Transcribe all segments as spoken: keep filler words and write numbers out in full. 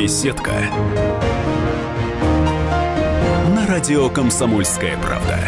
Беседка. На радио «Комсомольская правда».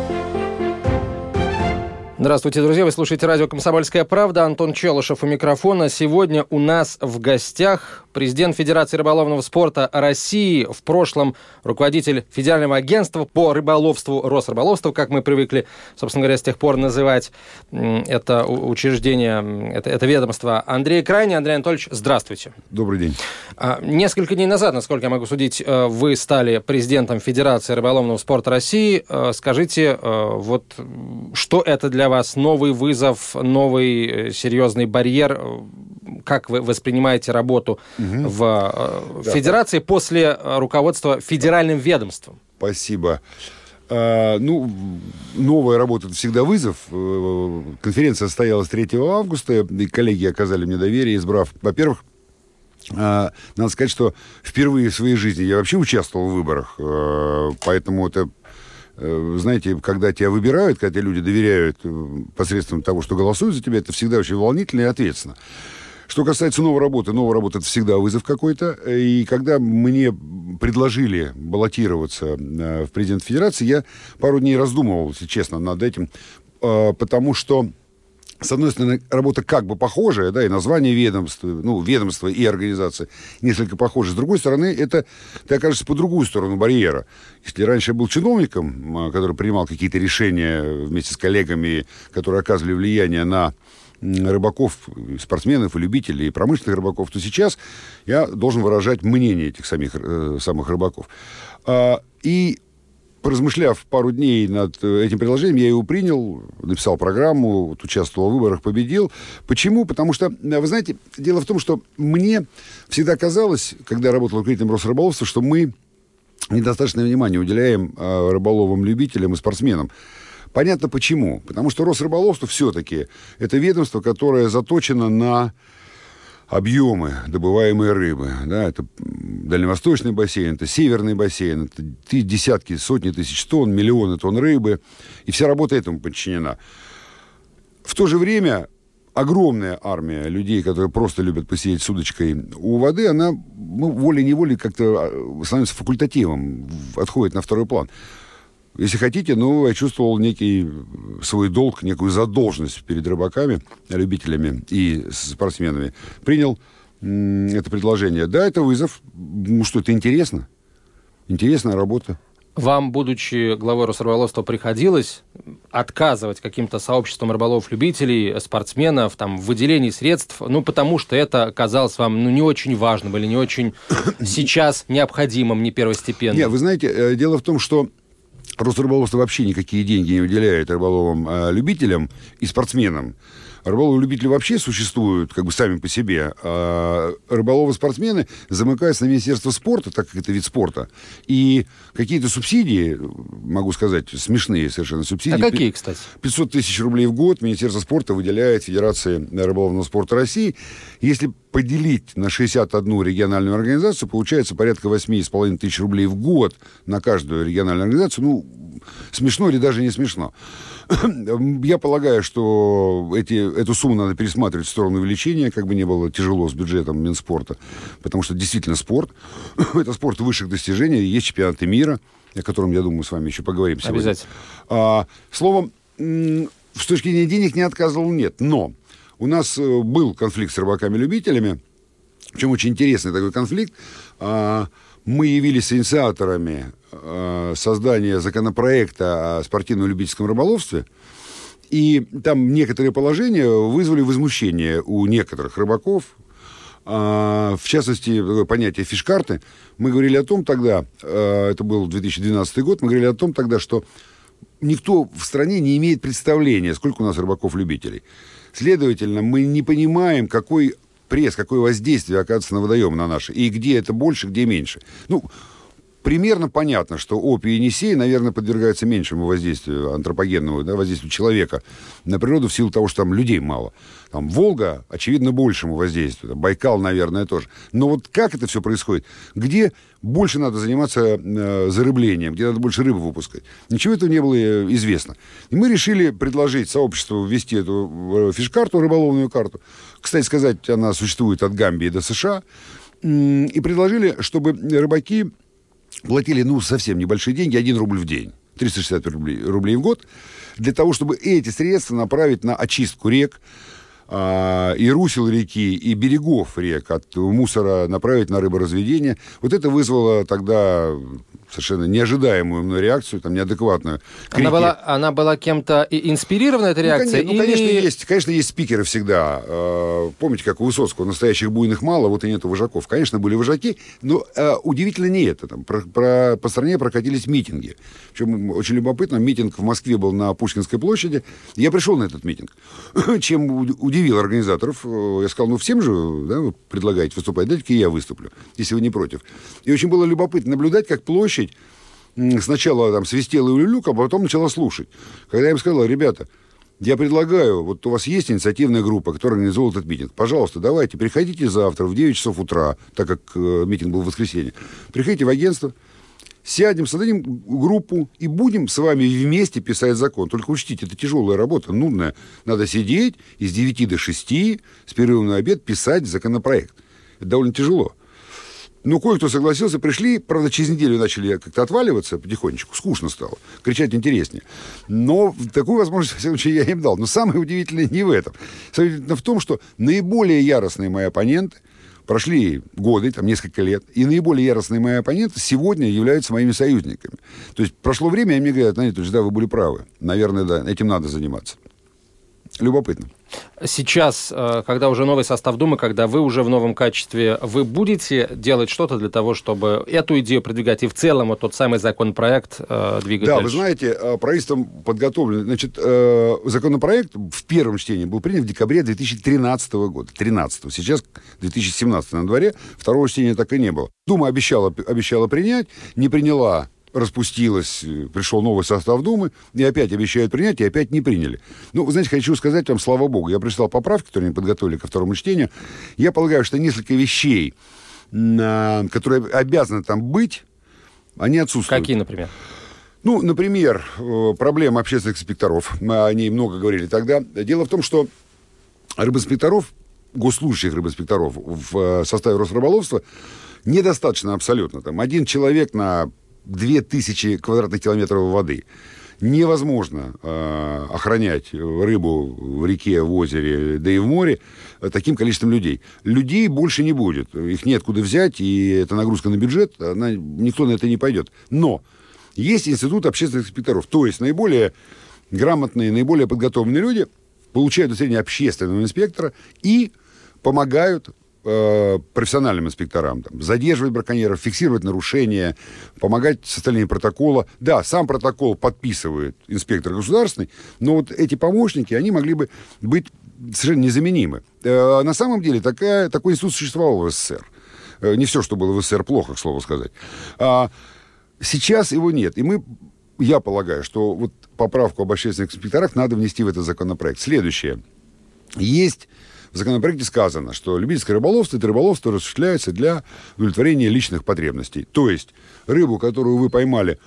Здравствуйте, друзья. Вы слушаете радио «Комсомольская правда». Антон Челышев у микрофона. Сегодня у нас в гостях президент Федерации рыболовного спорта России, в прошлом руководитель Федерального агентства по рыболовству, Росрыболовство, как мы привыкли, собственно говоря, с тех пор называть это учреждение, это, это ведомство, Андрей Крайний. Андрей Анатольевич, здравствуйте. Добрый день. Несколько дней назад, насколько я могу судить, вы стали президентом Федерации рыболовного спорта России. Скажите, вот что это для вас, новый вызов, новый серьезный барьер? Как вы воспринимаете работу угу. в да, Федерации да. после руководства федеральным ведомством? Спасибо. А, ну, новая работа – это всегда вызов. Конференция состоялась третьего августа, и коллеги оказали мне доверие, избрав, во-первых, а, надо сказать, что впервые в своей жизни я вообще участвовал в выборах, а, поэтому это... Знаете, когда тебя выбирают, когда тебе люди доверяют посредством того, что голосуют за тебя, это всегда очень волнительно и ответственно. Что касается новой работы, новая работа – это всегда вызов какой-то. И когда мне предложили баллотироваться в президент Федерации, я пару дней раздумывал, если честно, над этим, потому что, с одной стороны, работа как бы похожая, да, и название ведомства, ну, ведомства и организации несколько похожи. С другой стороны, это ты окажешься по другую сторону барьера. Если раньше я был чиновником, который принимал какие-то решения вместе с коллегами, которые оказывали влияние на рыбаков, спортсменов, и любителей, и промышленных рыбаков, то сейчас я должен выражать мнение этих самих, э, самых рыбаков. А, и поразмышляв пару дней над этим предложением, я его принял, написал программу, вот, участвовал в выборах, победил. Почему? Потому что, вы знаете, дело в том, что мне всегда казалось, когда я работал руководителем Росрыболовства, что мы недостаточное внимание уделяем э, рыболовам-любителям и спортсменам. Понятно почему. Потому что Росрыболовство все-таки это ведомство, которое заточено на объемы добываемой рыбы. Да, это дальневосточный бассейн, это северный бассейн, это десятки, сотни тысяч тонн, миллионы тонн рыбы. И вся работа этому подчинена. В то же время огромная армия людей, которые просто любят посидеть с удочкой у воды, она ну, волей-неволей как-то становится факультативом, отходит на второй план. Если хотите, ну, я чувствовал некий свой долг, некую задолженность перед рыбаками, любителями и спортсменами. Принял м- это предложение. Да, это вызов. Ну что, это интересно. Интересная работа. Вам, будучи главой Росрыболовства, приходилось отказывать каким-то сообществам рыболов-любителей, спортсменов там, в выделении средств, ну, потому что это казалось вам ну, не очень важным или не очень сейчас необходимым, не первостепенным? Нет, вы знаете, дело в том, что Росрыболовство вообще никакие деньги не уделяет рыболовам-любителям и спортсменам. Рыболовы-любители вообще существуют как бы сами по себе. А рыболовы-спортсмены замыкаются на Министерство спорта, так как это вид спорта. И какие-то субсидии, могу сказать, смешные совершенно субсидии. А какие, кстати? пятьсот тысяч рублей в год Министерство спорта выделяет Федерации рыболовного спорта России. Если поделить на шестьдесят одну региональную организацию, получается порядка восемь с половиной тысяч рублей в год на каждую региональную организацию. Ну, смешно или даже не смешно. Я полагаю, что эти, эту сумму надо пересматривать в сторону увеличения, как бы не было тяжело с бюджетом Минспорта, потому что действительно спорт, это спорт высших достижений, есть чемпионаты мира, о котором, я думаю, с вами еще поговорим сегодня. Обязательно. А, словом, с точки зрения денег не отказывал, нет, но у нас был конфликт с рыбаками-любителями, причем очень интересный такой конфликт. Мы явились инициаторами создания законопроекта о спортивном любительском рыболовстве, и там некоторые положения вызвали возмущение у некоторых рыбаков. В частности, такое понятие фиш-карты. Мы говорили о том тогда, это был две тысячи двенадцатый год, мы говорили о том тогда, что никто в стране не имеет представления, сколько у нас рыбаков-любителей. Следовательно, мы не понимаем, какой пресс, какое воздействие оказывается на водоем на наши, и где это больше, где меньше. Ну, примерно понятно, что Обь и Енисей, наверное, подвергаются меньшему воздействию антропогенному, да, воздействию человека на природу в силу того, что там людей мало. Там Волга, очевидно, большему воздействию. Байкал, наверное, тоже. Но вот как это все происходит? Где больше надо заниматься э, зарыблением, где надо больше рыбы выпускать? Ничего этого не было известно. И мы решили предложить сообществу ввести эту фиш-карту, рыболовную карту. Кстати сказать, она существует от Гамбии до США. И предложили, чтобы рыбаки платили, ну, совсем небольшие деньги, один рубль в день, триста шестьдесят рублей, рублей в год, для того, чтобы эти средства направить на очистку рек, а, и русел реки, и берегов рек от мусора направить на рыборазведение. Вот это вызвало тогда совершенно неожидаемую мной реакцию, там, неадекватную. Она была, она была кем-то инспирирована, эта реакция? Ну, конечно, или... ну, конечно, есть, конечно, есть спикеры всегда. Э, помните, как у Высоцкого, настоящих буйных мало, вот и нету вожаков. Конечно, были вожаки, но э, удивительно не это. Там, про, про, по стране прокатились митинги. Причем очень любопытно, митинг в Москве был на Пушкинской площади. Я пришел на этот митинг. Чем удивил организаторов. Я сказал, ну, всем же, да, вы предлагаете выступать, дайте-ка я выступлю, если вы не против. И очень было любопытно наблюдать, как площадь сначала там свистела и улюлюка, а потом начала слушать. Когда я им сказал, ребята, я предлагаю, вот у вас есть инициативная группа, которая организовала этот митинг. Пожалуйста, давайте, приходите завтра в девять часов утра, так как э, митинг был в воскресенье. Приходите в агентство, сядем, создадим группу и будем с вами вместе писать закон. Только учтите, это тяжелая работа, нудная. Надо сидеть и с девяти до шести, с перерывом на обед, писать законопроект. Это довольно тяжело. Ну, кое-кто согласился, пришли, правда, через неделю начали как-то отваливаться потихонечку, скучно стало, кричать интереснее. Но такую возможность, во всяком случае, я им дал. Но самое удивительное не в этом. Самое удивительное в том, что наиболее яростные мои оппоненты, прошли годы, там, несколько лет, и наиболее яростные мои оппоненты сегодня являются моими союзниками. То есть прошло время, и они мне говорят, Леонид Ильич, да, вы были правы. Наверное, да, этим надо заниматься. Любопытно. Сейчас, когда уже новый состав Думы, когда вы уже в новом качестве, вы будете делать что-то для того, чтобы эту идею продвигать и в целом вот тот самый законопроект двигать да, дальше? Вы знаете, правительством подготовлен... Значит, законопроект в первом чтении был принят в декабре две тысячи тринадцатого года. тринадцатого. Сейчас две тысячи семнадцатый на дворе. Второго чтения так и не было. Дума обещала, обещала принять, не приняла, распустилась, пришел новый состав Думы, и опять обещают принять, и опять не приняли. Ну, вы знаете, хочу сказать вам, слава богу, я прочитал поправки, которые они подготовили ко второму чтению. Я полагаю, что несколько вещей, которые обязаны там быть, они отсутствуют. Какие, например? Ну, например, проблема общественных инспекторов. Мы о ней много говорили тогда. Дело в том, что рыбоинспекторов, госслужащих рыбоинспекторов в составе Росрыболовства недостаточно абсолютно. Там один человек на две тысячи квадратных километров воды. Невозможно э, охранять рыбу в реке, в озере, да и в море таким количеством людей. Людей больше не будет. Их неоткуда взять, и это нагрузка на бюджет, она, никто на это не пойдет. Но есть институт общественных инспекторов. То есть наиболее грамотные, наиболее подготовленные люди получают удостоверение общественного инспектора и помогают профессиональным инспекторам, там, задерживать браконьеров, фиксировать нарушения, помогать в составлении протокола. Да, сам протокол подписывает инспектор государственный, но вот эти помощники, они могли бы быть совершенно незаменимы. Э, на самом деле такая, такой институт существовал в СССР. Э, не все, что было в СССР, плохо, к слову сказать. А сейчас его нет. И мы, я полагаю, что вот поправку об общественных инспекторах надо внести в этот законопроект. Следующее. Есть... В законопроекте сказано, что любительское рыболовство – это рыболовство осуществляется для удовлетворения личных потребностей. То есть рыбу, которую вы поймали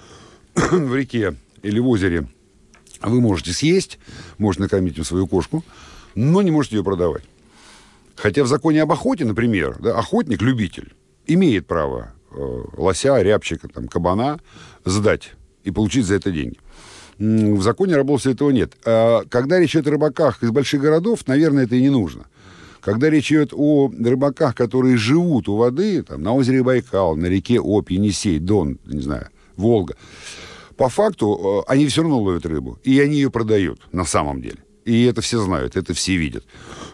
в реке или в озере, вы можете съесть, можете накормить им свою кошку, но не можете ее продавать. Хотя в законе об охоте, например, да, охотник-любитель имеет право э, лося, рябчика, там, кабана сдать и получить за это деньги. В законе о рыболовстве этого нет. А когда речь идет о рыбаках из больших городов, наверное, это и не нужно. Когда речь идет о рыбаках, которые живут у воды, там, на озере Байкал, на реке Обь, Енисей, Дон, не знаю, Волга, по факту они все равно ловят рыбу, и они ее продают на самом деле. И это все знают, это все видят.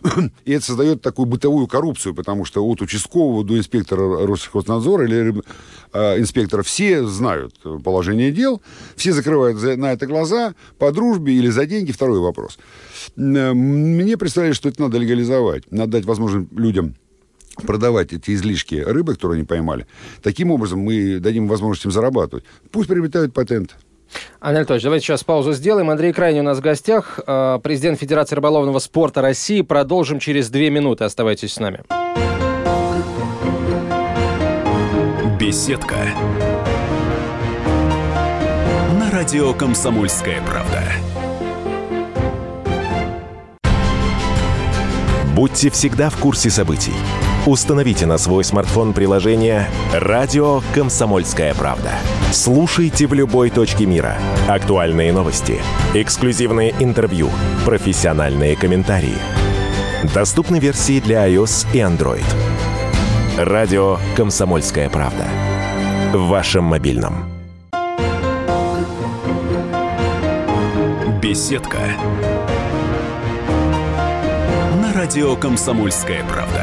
И это создает такую бытовую коррупцию, потому что от участкового до инспектора Россельхознадзора или рыб... э, инспектора все знают положение дел, все закрывают за... на это глаза по дружбе или за деньги. Второй вопрос. Мне представляется, что это надо легализовать. Надо дать возможность людям продавать эти излишки рыбы, которые они поймали. Таким образом мы дадим возможность им зарабатывать. Пусть приобретают патент. Андрей Анатольевич, давайте сейчас паузу сделаем. Андрей Крайний у нас в гостях, президент Федерации рыболовного спорта России. Продолжим через две минуты. Оставайтесь с нами. Беседка. На радио «Комсомольская правда». Будьте всегда в курсе событий. Установите на свой смартфон приложение «Радио Комсомольская правда». Слушайте в любой точке мира. Актуальные новости, эксклюзивные интервью, профессиональные комментарии. Доступны версии для iOS и Android. «Радио Комсомольская правда». В вашем мобильном. Беседка. На радио «Комсомольская правда».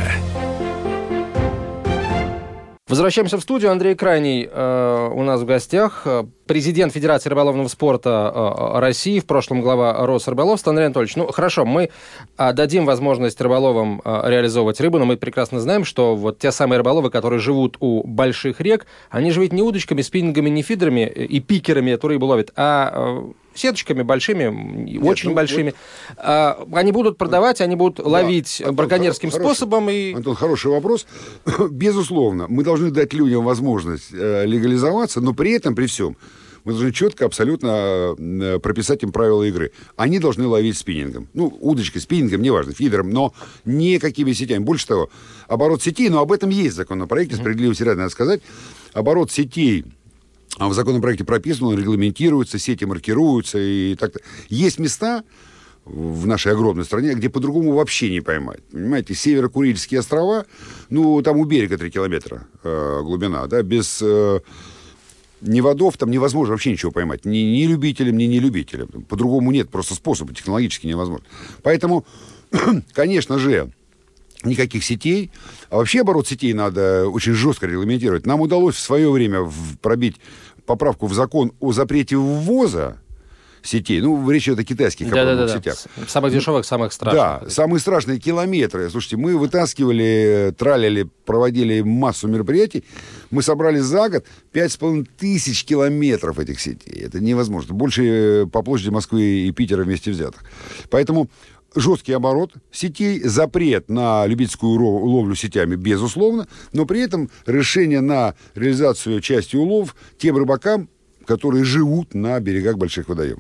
Возвращаемся в студию. Андрей Крайний э, у нас в гостях. Президент Федерации рыболовного спорта э, России, в прошлом глава Росрыболовства. Андрей Анатольевич, ну хорошо, мы э, дадим возможность рыболовам э, реализовывать рыбу, но мы прекрасно знаем, что вот те самые рыболовы, которые живут у больших рек, они же ведь не удочками, спиннингами, не фидерами и пикерами эту рыбу ловят, а э, сеточками большими, Нет, очень ну, большими. Вот... А, они будут продавать, они будут да, ловить Антон, браконьерским хоро- способом. И... Антон, хороший вопрос. Безусловно, мы должны дать людям возможность э, легализоваться, но при этом, при всем, мы должны четко, абсолютно э, прописать им правила игры. Они должны ловить спиннингом. Ну, удочкой, спиннингом, неважно, фидером, но никакими сетями. Больше того, оборот сетей, но об этом есть в законопроекте, справедливости ради надо сказать, оборот сетей в законопроекте прописано, он регламентируется, сети маркируются и так-то. Есть места в нашей огромной стране, где по-другому вообще не поймать. Понимаете, Северо-Курильские острова, ну, там у берега три километра э, глубина, да, без э, ни водов там невозможно вообще ничего поймать. Ни, ни любителям, ни нелюбителям. По-другому нет, просто способа технологически невозможно. Поэтому, конечно же, никаких сетей. А вообще оборот сетей надо очень жестко регламентировать. Нам удалось в свое время пробить поправку в закон о запрете ввоза сетей. Ну, речь идет о китайских опорных сетях. Самых дешевых, самых страшных. Да, самые страшные километры. Слушайте, мы вытаскивали, тралили, проводили массу мероприятий. Мы собрали за год пять с половиной тысяч километров этих сетей. Это невозможно. Больше по площади Москвы и Питера вместе взятых. Поэтому жесткий оборот сетей, запрет на любительскую ловлю сетями, безусловно, но при этом решение на реализацию части улов тем рыбакам, которые живут на берегах больших водоемов.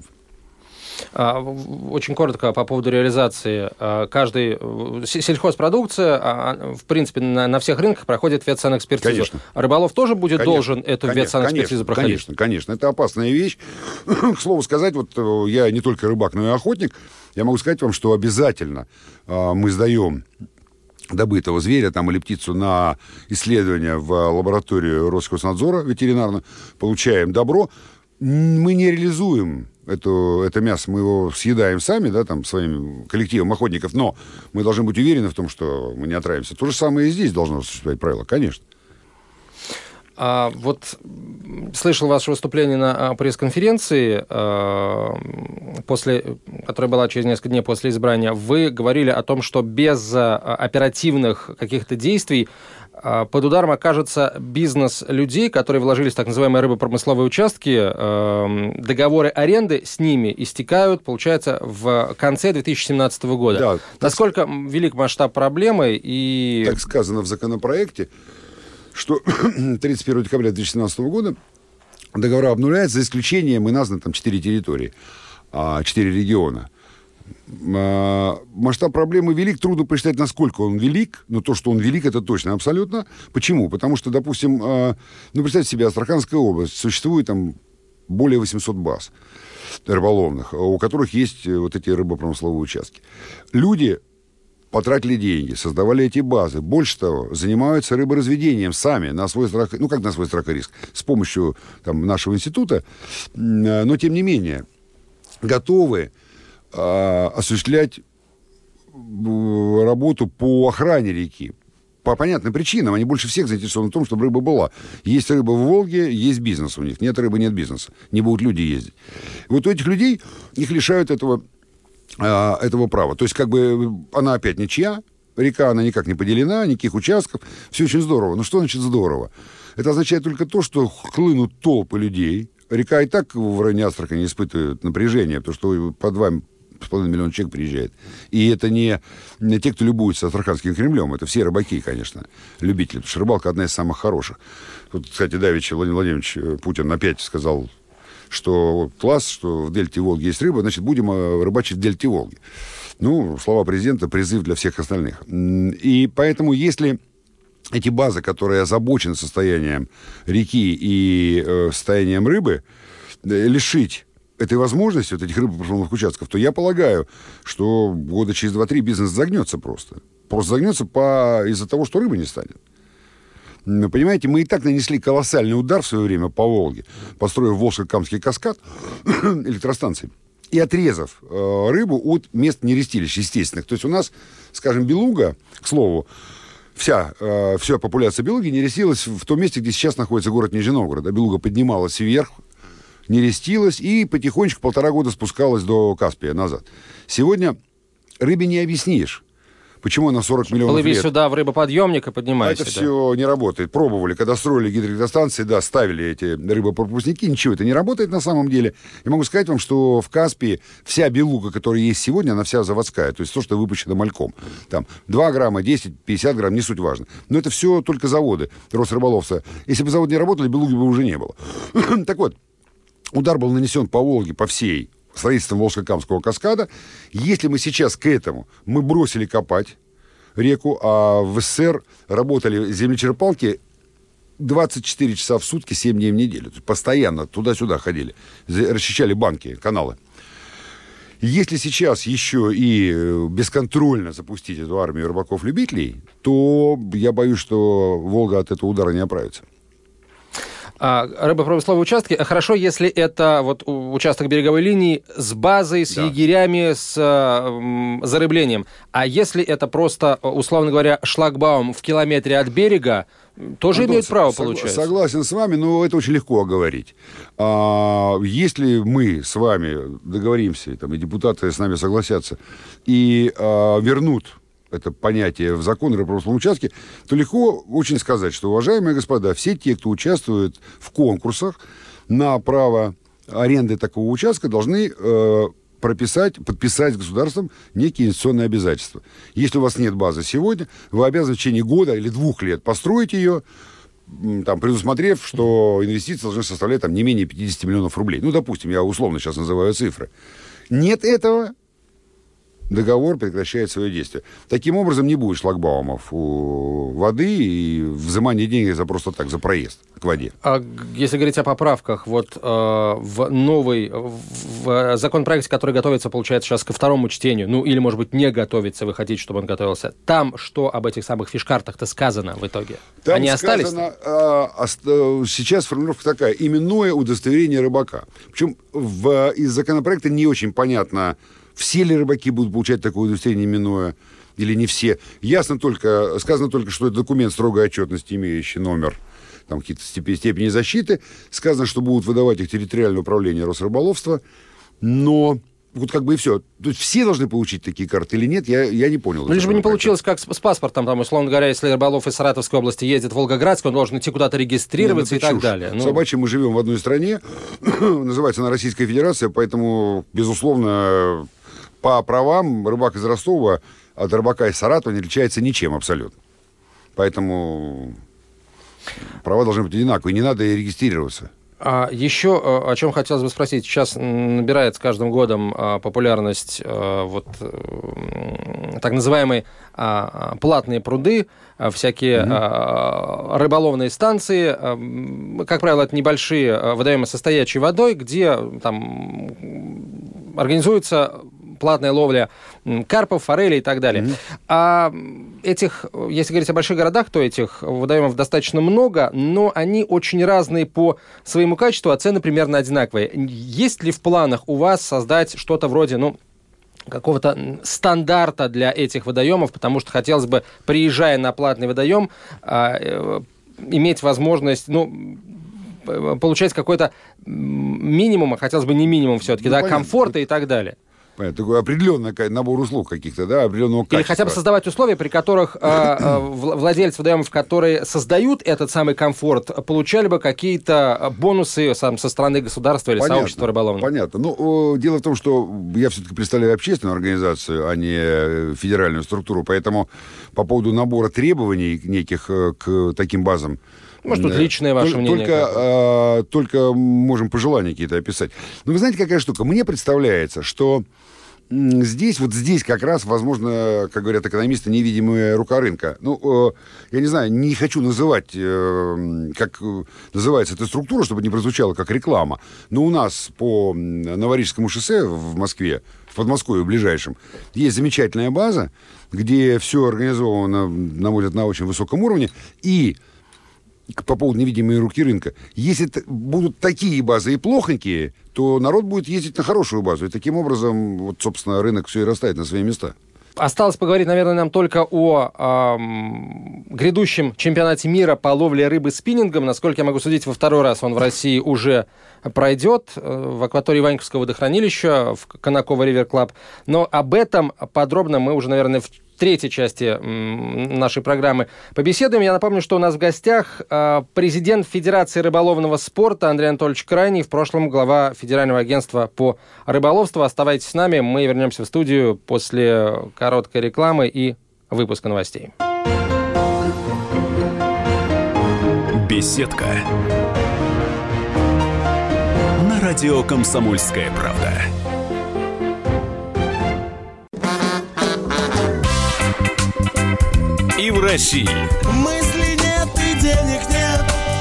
Очень коротко по поводу реализации. Каждый сельхозпродукция, в принципе, на, на всех рынках проходит ветсанэкспертизу. Конечно. Рыболов тоже будет конечно, должен эту конечно, ветсанэкспертизу проходить? Конечно, конечно. Это опасная вещь. К слову сказать, вот я не только рыбак, но и охотник. Я могу сказать вам, что обязательно мы сдаем добытого зверя там, или птицу на исследование в лабораторию Роскоснадзора ветеринарно, получаем добро. Мы не реализуем это, это мясо, мы его съедаем сами, да, там, своим коллективом охотников, но мы должны быть уверены в том, что мы не отравимся. То же самое и здесь должно существовать правило, конечно. А, вот слышал ваше выступление на пресс-конференции, а, после, которая была через несколько дней после избрания. Вы говорили о том, что без оперативных каких-то действий под ударом окажется бизнес людей, которые вложились в так называемые рыбопромысловые участки. Договоры аренды с ними истекают, получается, в конце две тысячи семнадцатого года. Да, насколько так... велик масштаб проблемы? И... Так сказано в законопроекте, что тридцать первого декабря две тысячи семнадцатого года договора обнуляются, за исключением, и названы там четыре территории, четыре региона. Масштаб проблемы велик, трудно посчитать, насколько он велик, но то, что он велик, это точно, абсолютно. Почему? Потому что, допустим, ну, представьте себе, Астраханская область, существует там более восемьсот баз рыболовных, у которых есть вот эти рыбопромысловые участки. Люди потратили деньги, создавали эти базы. Больше того, занимаются рыборазведением сами, на свой страх, ну, как на свой страх и риск, с помощью там, нашего института, но, тем не менее, готовы осуществлять работу по охране реки. По понятным причинам. Они больше всех заинтересованы в том, чтобы рыба была. Есть рыба в Волге, есть бизнес у них. Нет рыбы, нет бизнеса. Не будут люди ездить. И вот у этих людей их лишают этого, этого права. То есть, как бы, она опять ничья. Река, она никак не поделена, никаких участков. Все очень здорово. Но что значит здорово? Это означает только то, что хлынут толпы людей. Река и так в районе Астрахани испытывает напряжение, потому что по два с половиной миллиона человек приезжает. И это не, не те, кто любуется Астраханским Кремлем, это все рыбаки, конечно, любители, потому что рыбалка одна из самых хороших. Тут, кстати, давеча Владимир Владимирович Путин опять сказал, что класс, что в дельте Волги есть рыба, значит, будем рыбачить в дельте Волги. Ну, слова президента, призыв для всех остальных. И поэтому, если эти базы, которые озабочены состоянием реки и э, состоянием рыбы, э, лишить этой возможности, вот этих рыбопромысловых участков, то я полагаю, что года через два-три бизнес загнется просто. Просто загнется по... из-за того, что рыбы не станет. Понимаете, мы и так нанесли колоссальный удар в свое время по Волге, построив Волжско-Камский каскад электростанций и отрезав э, рыбу от мест нерестилищ естественных. То есть у нас, скажем, белуга, к слову, вся, э, вся популяция белуги нерестилась в том месте, где сейчас находится город Нижний Новгород. А белуга поднималась вверх, нерестилась и потихонечку полтора года спускалась до Каспия назад. Сегодня рыбе не объяснишь, почему на сорок миллионов Плыви лет... сюда в рыбоподъемник и поднимайся. Это да. все не работает. Пробовали, когда строили гидроэлектростанции, да, ставили эти рыбопропускники, ничего это не работает на самом деле. Я могу сказать вам, что в Каспии вся белуга, которая есть сегодня, она вся заводская, то есть то, что выпущено мальком. Там два грамма, десять, пятьдесят грамм, не суть важно. Но это все только заводы Росрыболовства. Если бы заводы не работали, белуги бы уже не было. Так вот, удар был нанесен по Волге, по всей, строительством Волжско-Камского каскада. Если мы сейчас к этому, мы бросили копать реку, а в СССР работали землечерпалки двадцать четыре часа в сутки, семь дней в неделю. То есть постоянно туда-сюда ходили, расчищали банки, каналы. Если сейчас еще и бесконтрольно запустить эту армию рыбаков-любителей, то я боюсь, что Волга от этого удара не оправится. А, рыбопромысловые участки, хорошо, если это вот участок береговой линии с базой, с да. егерями, с э, зарыблением. А если это просто, условно говоря, шлагбаум в километре от берега, тоже Антон, имеют право, сог, получается? Согласен с вами, но это очень легко оговорить. А, если мы с вами договоримся, там, и депутаты с нами согласятся, и а, вернут это понятие в закон о рыбопромысловом участке, то легко очень сказать, что, уважаемые господа, все те, кто участвует в конкурсах на право аренды такого участка, должны э, прописать, подписать с государством некие инвестиционные обязательства. Если у вас нет базы сегодня, вы обязаны в течение года или двух лет построить ее, там, предусмотрев, что инвестиции должны составлять там, не менее пятьдесят миллионов рублей. Ну, допустим, я условно сейчас называю цифры. Нет этого, договор прекращает свое действие. Таким образом, не будет шлагбаумов у воды и взимания денег за просто так, за проезд к воде. А если говорить о поправках, вот э, в новый в законопроекте, который готовится, получается, сейчас ко второму чтению, ну или, может быть, не готовится, вы хотите, чтобы он готовился, там что об этих самых фишкартах-то сказано в итоге? Там Они сказано, остались? А, а, сейчас формулировка такая: именное удостоверение рыбака. Причем в, из законопроекта не очень понятно, все ли рыбаки будут получать такое удостоверение именное или не все. Ясно только, сказано только, что это документ строгой отчетности, имеющий номер, там какие-то степени, степени защиты. Сказано, что будут выдавать их территориальное управление Росрыболовства. Но вот как бы и все. То есть все должны получить такие карты или нет, я, я не понял. Ну, лишь бы не получилось, как с, с паспортом. Там, условно говоря, если рыболов из Саратовской области ездит в Волгоградск, он должен идти куда-то регистрироваться Нет, и так чушь. далее. Ну... Собачьи мы живем в одной стране, называется она Российская Федерация, поэтому, безусловно, по правам рыбак из Ростова от рыбака из Саратова не отличается ничем абсолютно. Поэтому права должны быть одинаковые, не надо и регистрироваться. А еще о чем хотелось бы спросить. Сейчас набирает с каждым годом популярность вот так называемые платные пруды, всякие mm-hmm. рыболовные станции. Как правило, это небольшие водоемы со стоячей водой, где там организуется платная ловля карпов, форелей и так далее. Mm-hmm. А этих, если говорить о больших городах, то этих водоемов достаточно много, но они очень разные по своему качеству, а цены примерно одинаковые. Есть ли в планах у вас создать что-то вроде, ну, какого-то стандарта для этих водоемов, потому что хотелось бы, приезжая на платный водоем, иметь возможность, ну, получать какой-то минимум, а хотелось бы не минимум все-таки, ну, да, комфорта и так далее. Понятно, такой определенный набор услуг каких-то, да, определенного качества. Или хотя бы создавать условия, при которых э, э, владельцы водоемов, которые создают этот самый комфорт, получали бы какие-то бонусы сам, со стороны государства или понятно, сообщества рыболовного. Понятно. Ну, э, дело в том, что я все-таки представляю общественную организацию, а не федеральную структуру, поэтому по поводу набора требований неких э, к таким базам, может, тут личное ваше только, мнение? Только, а, только можем пожелания какие-то описать. Но вы знаете, какая штука? Мне представляется, что здесь, вот здесь как раз, возможно, как говорят экономисты, невидимая рука рынка. Ну, я не знаю, не хочу называть, как называется эта структура, чтобы не прозвучало как реклама. Но у нас по Новорижскому шоссе в Москве, в Подмосковье ближайшем, есть замечательная база, где все организовано, на мой взгляд, на очень высоком уровне. И по поводу невидимой руки рынка, если будут такие базы и плохонькие, то народ будет ездить на хорошую базу. И таким образом, вот, собственно, рынок все и расставит на свои места. Осталось поговорить, наверное, нам только о эм, грядущем чемпионате мира по ловле рыбы спиннингом. Насколько я могу судить, во второй раз он в России уже пройдет в акватории Ваньковского водохранилища в Конаково Ривер Клаб. Но об этом подробно мы уже, наверное, в третьей части нашей программы побеседуем. Я напомню, что у нас в гостях президент Федерации рыболовного спорта Андрей Анатольевич Крайний, в прошлом глава Федерального агентства по рыболовству. Оставайтесь с нами, мы вернемся в студию после короткой рекламы и выпуска новостей. Беседка. На радио «Комсомольская правда». И в России. Мысли нет и денег нет.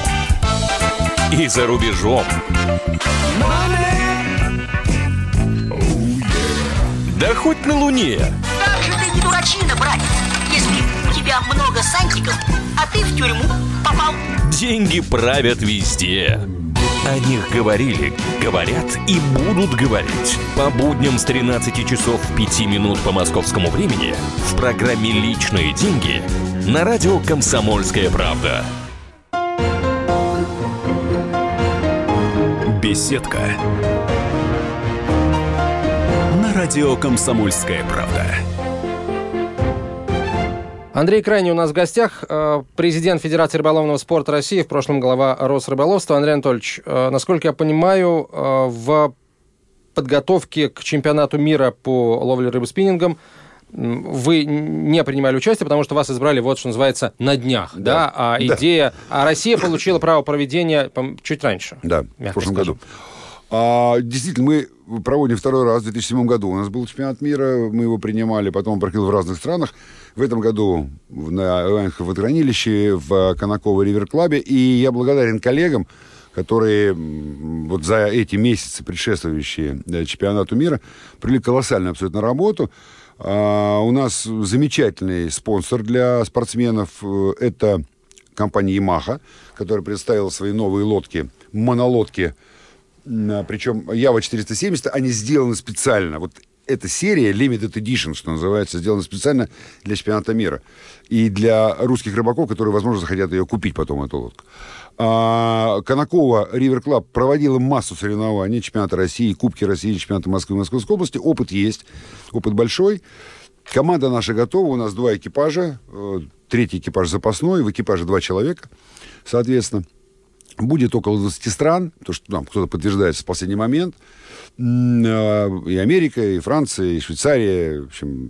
И за рубежом. Да хоть на Луне. Как же ты не дурачина, братец, если у тебя много сантиков, а ты в тюрьму попал. Деньги правят везде. О них говорили, говорят и будут говорить. По будням с тринадцати часов пяти минут по московскому времени в программе «Личные деньги» на радио «Комсомольская правда». Беседка. На радио «Комсомольская правда». Андрей Крайний у нас в гостях, президент Федерации рыболовного спорта России, в прошлом глава Росрыболовства. Андрей Анатольевич, насколько я понимаю, в подготовке к чемпионату мира по ловле рыбы спиннингом вы не принимали участие, потому что вас избрали, вот что называется, на днях, да? да? А да. идея... А Россия получила право проведения чуть раньше. Да, в прошлом году. А, действительно, мы проводим второй раз, в две тысячи седьмом году у нас был чемпионат мира, мы его принимали, потом он проходил в разных странах. В этом году на Ваньковском водохранилище, в Конаково Ривер Клабе. И я благодарен коллегам, которые вот за эти месяцы, предшествующие чемпионату мира, провели колоссальную абсолютно работу. А, у нас замечательный спонсор для спортсменов. Это компания Yamaha, которая представила свои новые лодки, монолодки. Причем Ява четыреста семьдесят, они сделаны специально. Вот эта серия Limited Edition, что называется, сделана специально для чемпионата мира. И для русских рыбаков, которые, возможно, захотят ее купить потом, эту лодку. А, Конаково Ривер Клаб проводила массу соревнований, чемпионата России, Кубки России, чемпионата Москвы и Московской области. Опыт есть, опыт большой. Команда наша готова, у нас два экипажа. Третий экипаж запасной, в экипаже два человека, соответственно. Будет около двадцати стран, потому что там кто-то подтверждается в последний момент. И Америка, и Франция, и Швейцария, в общем,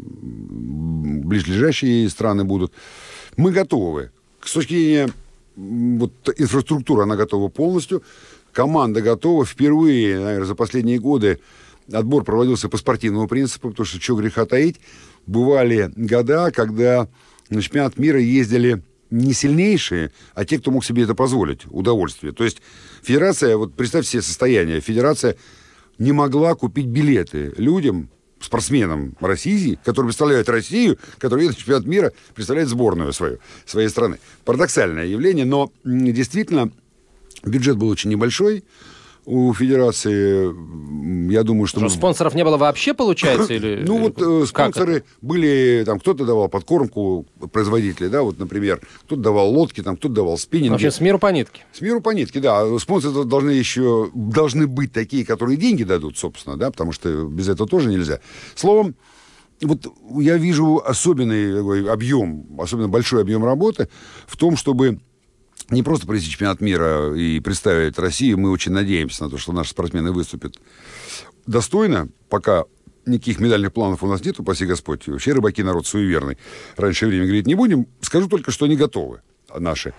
ближайшие страны будут. Мы готовы. С точки зрения вот, инфраструктуры, она готова полностью. Команда готова. Впервые, наверное, за последние годы отбор проводился по спортивному принципу, потому что, чего греха таить, бывали года, когда на чемпионат мира ездили не сильнейшие, а те, кто мог себе это позволить, удовольствие. То есть федерация, вот представьте себе состояние, федерация не могла купить билеты людям, спортсменам России, которые представляют Россию, которые едут в чемпионат мира, представляют сборную свою, своей страны. Парадоксальное явление, но действительно бюджет был очень небольшой. У федерации, я думаю, что... Что, мы... спонсоров не было вообще, получается? Или... Ну, вот э, спонсоры были, там, кто-то давал подкормку производителей, да, вот, например, кто-то давал лодки, там, кто-то давал спиннинги. Вообще, с миру по нитке. С миру по нитке, да. Спонсоры должны еще, должны быть такие, которые деньги дадут, собственно, да, потому что без этого тоже нельзя. Словом, вот я вижу особенный такой объем, особенно большой объем работы в том, чтобы не просто провести чемпионат мира и представить Россию, мы очень надеемся на то, что наши спортсмены выступят достойно, пока никаких медальных планов у нас нет, упаси Господь. Вообще рыбаки народ суеверный. Раньше времени говорить не будем. Скажу только, что они готовы, наши.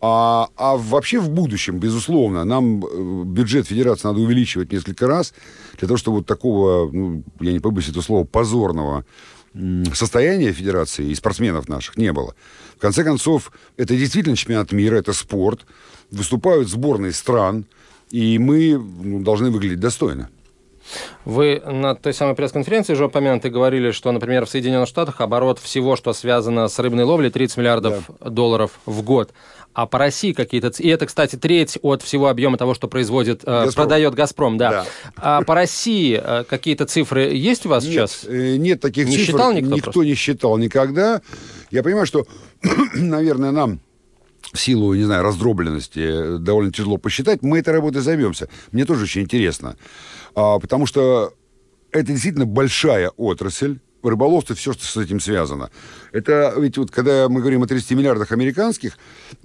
А, а вообще в будущем, безусловно, нам бюджет федерации надо увеличивать несколько раз для того, чтобы вот такого, ну, я не побоюсь этого слова, позорного состояния федерации и спортсменов наших не было. В конце концов, это действительно чемпионат мира, это спорт, выступают сборные стран, и мы, ну, должны выглядеть достойно. Вы на той самой пресс-конференции уже упомянуты говорили, что, например, в Соединенных Штатах оборот всего, что связано с рыбной ловлей, тридцать миллиардов да. долларов в год. А по России какие-то... И это, кстати, треть от всего объема того, что производит, э, продает «Газпром». Да. Да. А по России э, какие-то цифры есть у вас нет, сейчас? Э, нет таких не цифр. Считал никто? Никто просто? не считал никогда. Я понимаю, что, наверное, нам в силу, не знаю, раздробленности довольно тяжело посчитать. Мы этой работой займемся. Мне тоже очень интересно. А, потому что это действительно большая отрасль. Рыболовство, все, что с этим связано. Это ведь вот, когда мы говорим о тридцати миллиардах американских,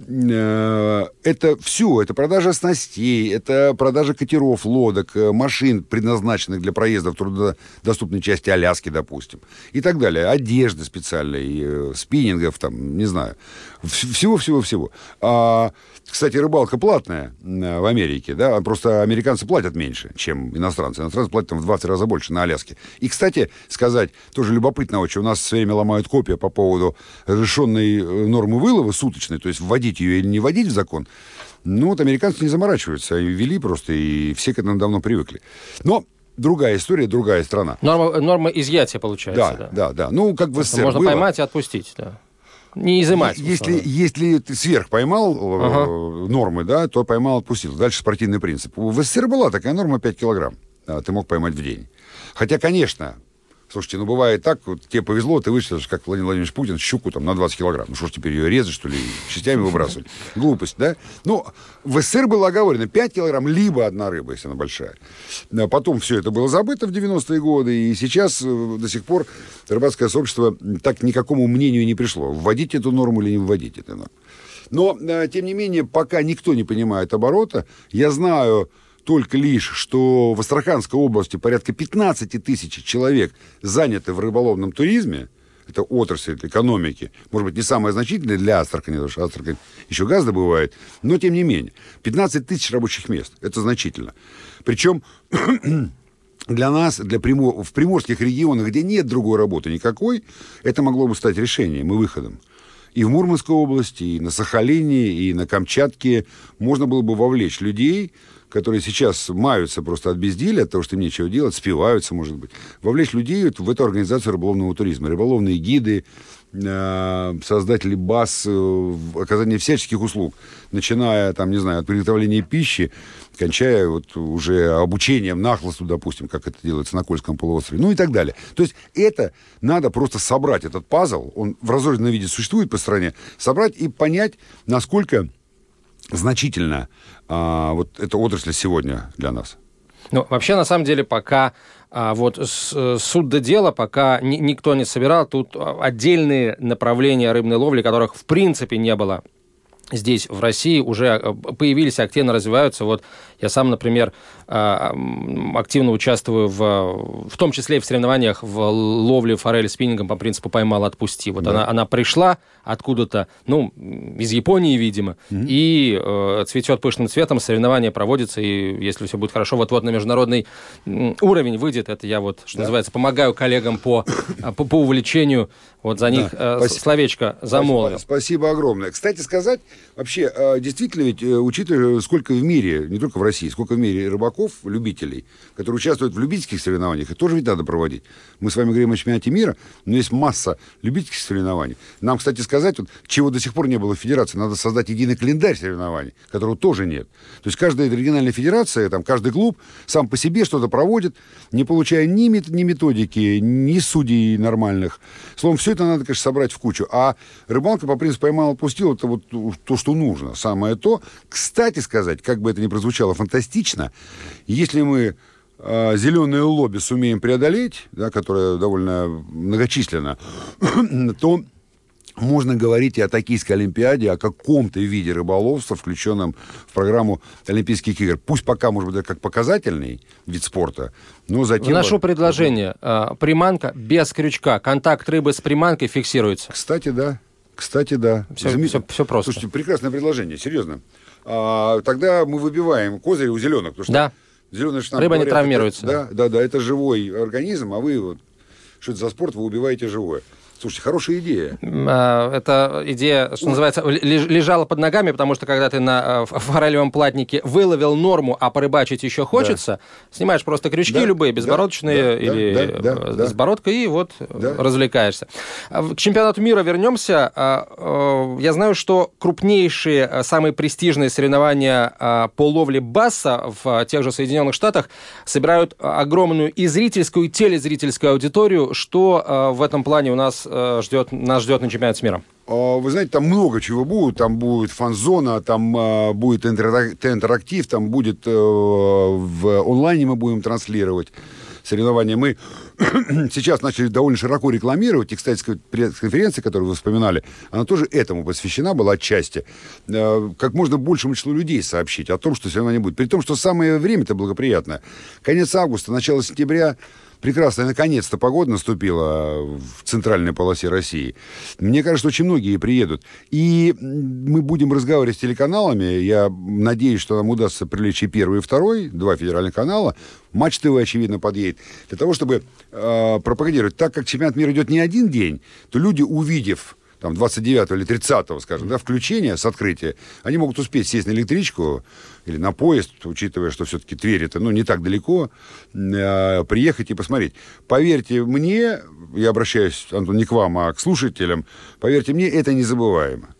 э, это все, это продажа снастей, это продажа катеров, лодок, машин, предназначенных для проезда в труднодоступной части Аляски, допустим, и так далее. Одежды специальной, э, спиннингов, там, не знаю. Всего-всего-всего. А, кстати, рыбалка платная в Америке, да, просто американцы платят меньше, чем иностранцы. Иностранцы платят там в двадцать раз больше на Аляске. И, кстати, сказать, тоже любопытно очень, у нас все время ломают копья по поводу разрешенной нормы вылова суточной, то есть вводить ее или не вводить в закон. Ну, вот американцы не заморачиваются, они ввели просто, и все к этому давно привыкли. Но другая история, другая страна. Норма, норма изъятия, получается. Да, да, да. да. Ну, как в СССР можно было. Поймать и отпустить, да. Не изымать. Если, если ты сверх поймал ага. э, нормы, да, то поймал, отпустил. Дальше спортивный принцип. В СССР была такая норма пять килограмм. Да, ты мог поймать в день. Хотя, конечно, слушайте, ну бывает так, вот тебе повезло, ты вышел, как Владимир Владимирович Путин, щуку там на двадцать килограмм. Ну что ж теперь ее резать, что ли, частями выбрасывать? Глупость, да? Ну, в СССР было оговорено пять килограмм, либо одна рыба, если она большая. Потом все это было забыто в девяностые годы, и сейчас до сих пор рыбацкое сообщество так ни к какому мнению не пришло. Вводить эту норму или не вводить эту норму. Но, тем не менее, пока никто не понимает оборота, я знаю только лишь, что в Астраханской области порядка пятнадцать тысяч человек заняты в рыболовном туризме. Это отрасль экономики. Может быть, не самая значительная для Астрахани, потому что Астрахань еще газ добывает. Но, тем не менее, пятнадцать тысяч рабочих мест. Это значительно. Причем для нас, для Примор... в приморских регионах, где нет другой работы никакой, это могло бы стать решением и выходом. И в Мурманской области, и на Сахалине, и на Камчатке можно было бы вовлечь людей, которые сейчас маются просто от безделия, от того, что им нечего делать, спиваются, может быть, вовлечь людей в эту организацию рыболовного туризма. Рыболовные гиды, создатели баз, оказание всяческих услуг, начиная, там, не знаю, от приготовления пищи, кончая вот уже обучением нахлысту, допустим, как это делается на Кольском полуострове, ну и так далее. То есть это надо просто собрать, этот пазл, он в разрозненном виде существует по стране, собрать и понять, насколько значительно а, вот эта отрасль сегодня для нас. Ну, вообще, на самом деле, пока а, вот с, суд до дела, пока ни, никто не собирал, тут отдельные направления рыбной ловли, которых в принципе не было здесь, в России, уже появились, активно развиваются. Вот я сам, например, активно участвую в, в том числе и в соревнованиях в ловле форели спиннингом по принципу «поймал, отпусти». Вот да. она, она пришла откуда-то, ну, из Японии, видимо, mm-hmm. и э, цветет пышным цветом, соревнования проводятся, и если все будет хорошо, вот-вот на международный уровень выйдет. Это я вот, что да. называется, помогаю коллегам по, по, по увлечению. Вот за них да. э, словечко замолвил. Спасибо огромное. Кстати сказать, вообще, действительно ведь, учитывая, сколько в мире, не только в России, сколько в мире рыбаков, любителей, которые участвуют в любительских соревнованиях, это тоже ведь надо проводить. Мы с вами говорим о чемпионате мира, но есть масса любительских соревнований. Нам, кстати сказать, вот, чего до сих пор не было в федерации, надо создать единый календарь соревнований, которого тоже нет. То есть каждая региональная федерация, там, каждый клуб сам по себе что-то проводит, не получая ни, мет- ни методики, ни судей нормальных. Словом, все это надо, конечно, собрать в кучу. А рыбалка по принципу «поймал, отпустил» — это вот то, что нужно, самое то. Кстати сказать, как бы это ни прозвучало фантастично, если мы э, зеленое лобби сумеем преодолеть, да, которое довольно многочисленно, то можно говорить и о Токийской Олимпиаде, о каком-то виде рыболовства, включенном в программу Олимпийских игр. Пусть пока, может быть, как показательный вид спорта, но затем... Вношу предложение. Приманка без крючка. Контакт рыбы с приманкой фиксируется. Кстати, да. Кстати, да. Все, Зам... все, все просто. Слушайте, прекрасное предложение, серьезно. А, тогда мы выбиваем козыри у зеленых, потому что да. зеленые же нам рыба говорят, не травмируется. Это, да, да, да, это живой организм, а вы вот, что это за спорт, вы убиваете живое. Слушайте, хорошая идея. Эта идея, что называется, лежала под ногами, потому что когда ты на форелевом платнике выловил норму, а порыбачить еще хочется, да. снимаешь просто крючки да, любые, безбородочные да, или да, да, да, с бородкой, и вот да. развлекаешься. К чемпионату мира вернемся. Я знаю, что крупнейшие, самые престижные соревнования по ловле басса в тех же Соединенных Штатах собирают огромную и зрительскую, и телезрительскую аудиторию. Что в этом плане у нас ждет, нас ждет на чемпионате мира? Вы знаете, там много чего будет. Там будет фан-зона, там э, будет интерактив, там будет э, в онлайне мы будем транслировать соревнования. Мы сейчас начали довольно широко рекламировать. И, кстати, пресс-конференция, которую вы вспоминали, она тоже этому посвящена была отчасти. Э, как можно большему числу людей сообщить о том, что соревнования будет. При том, что самое время-то благоприятное. Конец августа, начало сентября. Прекрасная, наконец-то, погода наступила в центральной полосе России. Мне кажется, очень многие приедут. И мы будем разговаривать с телеканалами. Я надеюсь, что нам удастся привлечь и первый, и второй, два федеральных канала. Матч ТВ, очевидно, подъедет. Для того, чтобы э, пропагандировать. Так как чемпионат мира идет не один день, то люди, увидев там, двадцать девятого или тридцатого, скажем, да, включение с открытия, они могут успеть сесть на электричку или на поезд, учитывая, что все-таки Тверь это, ну, не так далеко, э, приехать и посмотреть. Поверьте мне, я обращаюсь, Антон, не к вам, а к слушателям, поверьте мне, это незабываемо.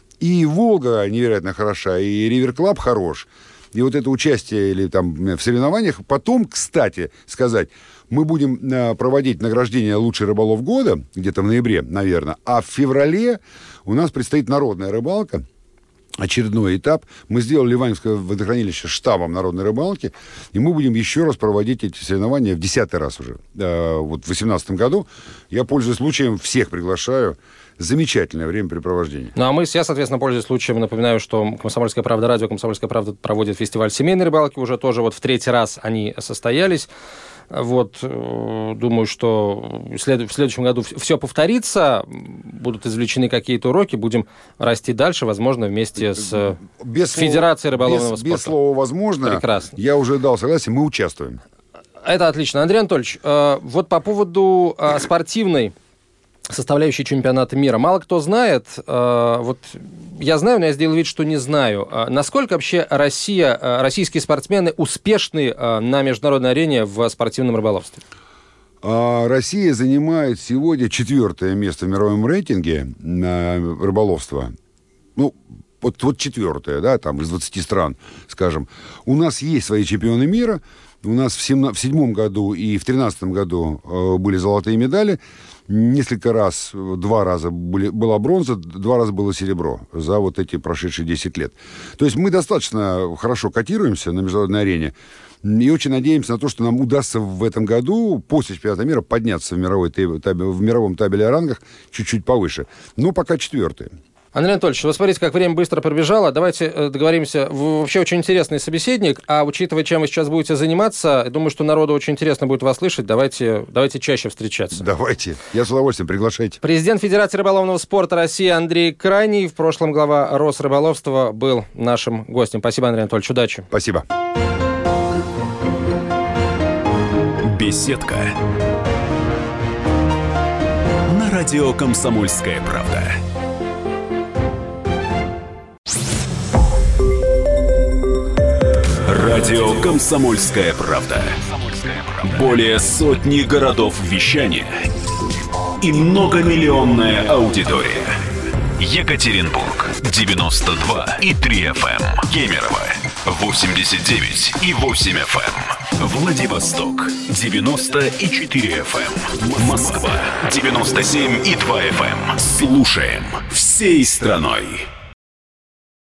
И Волга невероятно хороша, и Ривер Клаб хорош. И вот это участие или там в соревнованиях. Потом, кстати, сказать, мы будем э, проводить награждение «Лучший рыболов года», где-то в ноябре, наверное. А в феврале у нас предстоит народная рыбалка. Очередной этап. Мы сделали Ливаневское водохранилище штабом народной рыбалки. И мы будем еще раз проводить эти соревнования в десятый раз уже. Э, вот в две тысячи восемнадцатом году. Я, пользуясь случаем, всех приглашаю. Замечательное времяпрепровождение. Ну, а мы, я, соответственно, пользуясь случаем, напоминаю, что «Комсомольская правда», радио «Комсомольская правда» проводит фестиваль семейной рыбалки. Уже тоже вот в третий раз они состоялись. Вот, думаю, что в следующем году все повторится, будут извлечены какие-то уроки, будем расти дальше, возможно, вместе с без Федерацией слова, рыболовного без, спорта. Без слова «возможно». Прекрасно. Я уже дал согласие, мы участвуем. Это отлично. Андрей Анатольевич, вот по поводу спортивной составляющей чемпионата мира. Мало кто знает, э, вот я знаю, но я сделал вид, что не знаю, э, насколько вообще Россия, э, российские спортсмены успешны э, на международной арене в спортивном рыболовстве? А Россия занимает сегодня четвертое место в мировом рейтинге на рыболовство. Ну, вот, вот четвертое, да, там из двадцати стран, скажем. У нас есть свои чемпионы мира. У нас в седьмом году и в тринадцатом году э, были золотые медали. Несколько раз, два раза были, была бронза, два раза было серебро за вот эти прошедшие десять лет. То есть мы достаточно хорошо котируемся на международной арене и очень надеемся на то, что нам удастся в этом году, после чемпионата мира, подняться в, мировой, в мировом табеле о рангах чуть-чуть повыше. Но пока четвертые. Андрей Анатольевич, вы смотрите, как время быстро пробежало. Давайте договоримся. Вы вообще очень интересный собеседник, а учитывая, чем вы сейчас будете заниматься, я думаю, что народу очень интересно будет вас слышать. Давайте, давайте чаще встречаться. Давайте. Я с удовольствием. Приглашайте. Президент Федерации рыболовного спорта России Андрей Крайний, в прошлом глава Росрыболовства, был нашим гостем. Спасибо, Андрей Анатольевич. Удачи. Спасибо. Беседка. На радио «Комсомольская правда». Радио «Комсомольская правда». Более сотни городов вещания и многомиллионная аудитория. Екатеринбург девяносто два и три эф эм, Кемерово восемьдесят девять и восемь эф эм, Владивосток девяносто и четыре эф эм, Москва девяносто семь и два эф эм. Слушаем всей страной.